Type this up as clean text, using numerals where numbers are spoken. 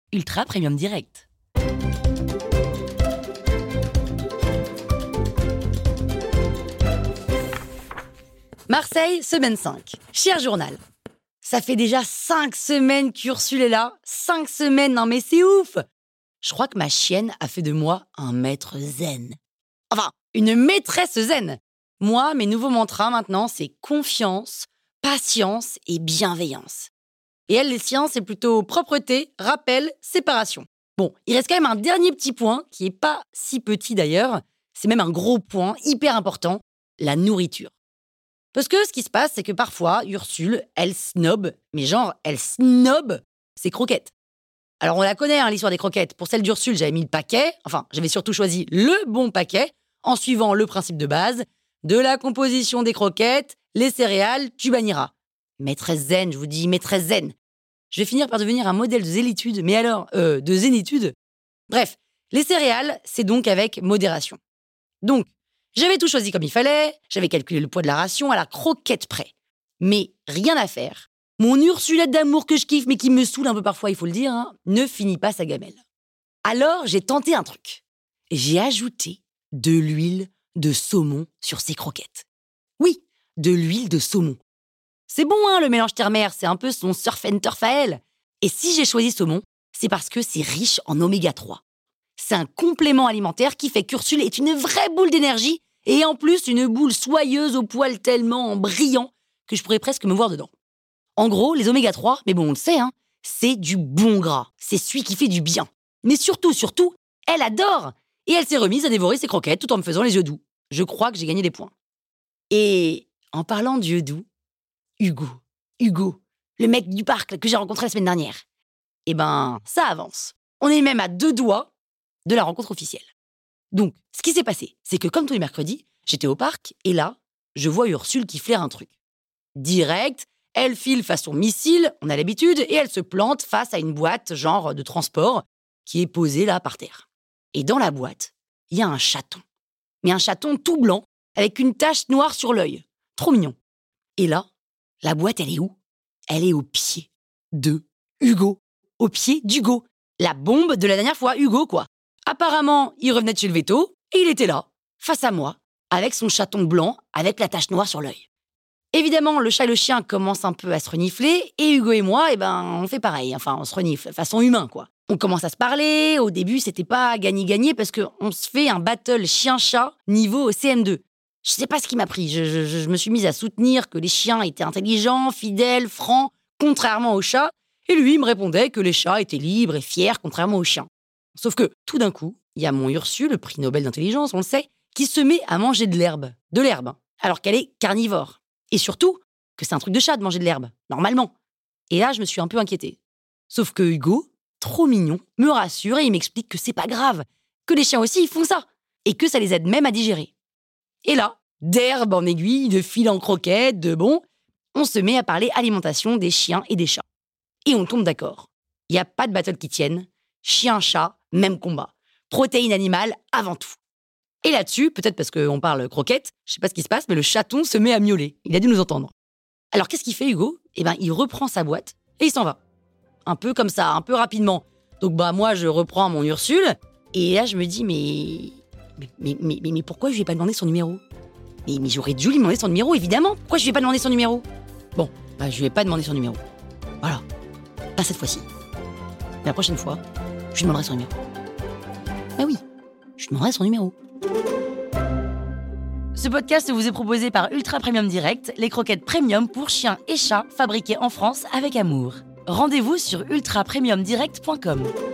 Ultra Premium Direct. Marseille, semaine 5. Cher journal. Ça fait déjà 5 semaines qu'Ursule est là. 5 semaines, non mais c'est ouf! Je crois que ma chienne a fait de moi un maître zen. Enfin, une maîtresse zen. Moi, mes nouveaux mantras maintenant, c'est confiance, patience et bienveillance. Et elle, les siens, c'est plutôt propreté, rappel, séparation. Bon, il reste quand même un dernier petit point, qui est pas si petit d'ailleurs. C'est même un gros point, hyper important, la nourriture. Parce que ce qui se passe, c'est que parfois, Ursule, elle snob, mais genre, elle snob ses croquettes. Alors, on la connaît, l'histoire des croquettes. Pour celle d'Ursule, j'avais mis le paquet. Enfin, j'avais surtout choisi le bon paquet, en suivant le principe de base, de la composition des croquettes, les céréales, tu banniras. Maîtresse zen, je vous dis, maîtresse zen. Je vais finir par devenir un modèle de zélitude, mais alors, de zénitude. Bref, les céréales, c'est donc avec modération. Donc, j'avais tout choisi comme il fallait, j'avais calculé le poids de la ration à la croquette près. Mais rien à faire. Mon Ursulette d'amour que je kiffe, mais qui me saoule un peu parfois, il faut le dire, ne finit pas sa gamelle. Alors, j'ai tenté un truc. J'ai ajouté de l'huile de saumon sur ses croquettes. Oui, de l'huile de saumon. C'est bon, le mélange terre-mer, c'est un peu son surf and turf à elle. Et si j'ai choisi saumon, c'est parce que c'est riche en oméga 3. C'est un complément alimentaire qui fait qu'Ursule est une vraie boule d'énergie et en plus une boule soyeuse au poil tellement brillant que je pourrais presque me voir dedans. En gros, les oméga 3, mais bon, on le sait, c'est du bon gras. C'est celui qui fait du bien. Mais surtout, elle adore. Et elle s'est remise à dévorer ses croquettes tout en me faisant les yeux doux. Je crois que j'ai gagné des points. Et en parlant d'yeux doux, Hugo, le mec du parc que j'ai rencontré la semaine dernière. Eh ben, ça avance. On est même à 2 doigts de la rencontre officielle. Donc, ce qui s'est passé, c'est que comme tous les mercredis, j'étais au parc et là, je vois Ursule qui flaire un truc. Direct, elle file façon missile, on a l'habitude, et elle se plante face à une boîte genre de transport qui est posée là par terre. Et dans la boîte, il y a un chaton. Mais un chaton tout blanc avec une tache noire sur l'œil. Trop mignon. Et là, la boîte, elle est où? Elle est au pied de Hugo. Au pied d'Hugo. La bombe de la dernière fois, Hugo, quoi. Apparemment, il revenait de chez le veto, et il était là, face à moi, avec son chaton blanc, avec la tache noire sur l'œil. Évidemment, le chat et le chien commencent un peu à se renifler, et Hugo et moi, on fait pareil, on se renifle, façon humain, quoi. On commence à se parler, au début, c'était pas gagner-gagner, parce qu'on se fait un battle chien-chat niveau CM2. Je sais pas ce qui m'a pris, je me suis mise à soutenir que les chiens étaient intelligents, fidèles, francs, contrairement aux chats, et lui, il me répondait que les chats étaient libres et fiers, contrairement aux chiens. Sauf que, tout d'un coup, il y a mon Ursule, le prix Nobel d'intelligence, on le sait, qui se met à manger de l'herbe, alors qu'elle est carnivore. Et surtout, que c'est un truc de chat de manger de l'herbe, normalement. Et là, je me suis un peu inquiétée. Sauf que Hugo, trop mignon, me rassure et il m'explique que c'est pas grave, que les chiens aussi, ils font ça, et que ça les aide même à digérer. Et là, d'herbe en aiguille, de fil en croquette, on se met à parler alimentation des chiens et des chats. Et on tombe d'accord. Il n'y a pas de battle qui tienne. Chien-chat, même combat. Protéines animales avant tout. Et là-dessus, peut-être parce qu'on parle croquette, je sais pas ce qui se passe, mais le chaton se met à miauler. Il a dû nous entendre. Alors qu'est-ce qu'il fait, Hugo? Il reprend sa boîte et il s'en va. Un peu comme ça, un peu rapidement. Donc moi, je reprends mon Ursule. Et là, je me dis, mais pourquoi je lui ai pas demandé son numéro? Mais j'aurais dû lui demander son numéro, évidemment. Pourquoi je lui ai pas demandé son numéro? Bon, je lui ai pas demandé son numéro. Voilà. Pas cette fois-ci. Mais la prochaine fois, je lui demanderai son numéro. Bah oui, je lui demanderai son numéro. Ce podcast vous est proposé par Ultra Premium Direct, les croquettes premium pour chiens et chats fabriquées en France avec amour. Rendez-vous sur ultrapremiumdirect.com.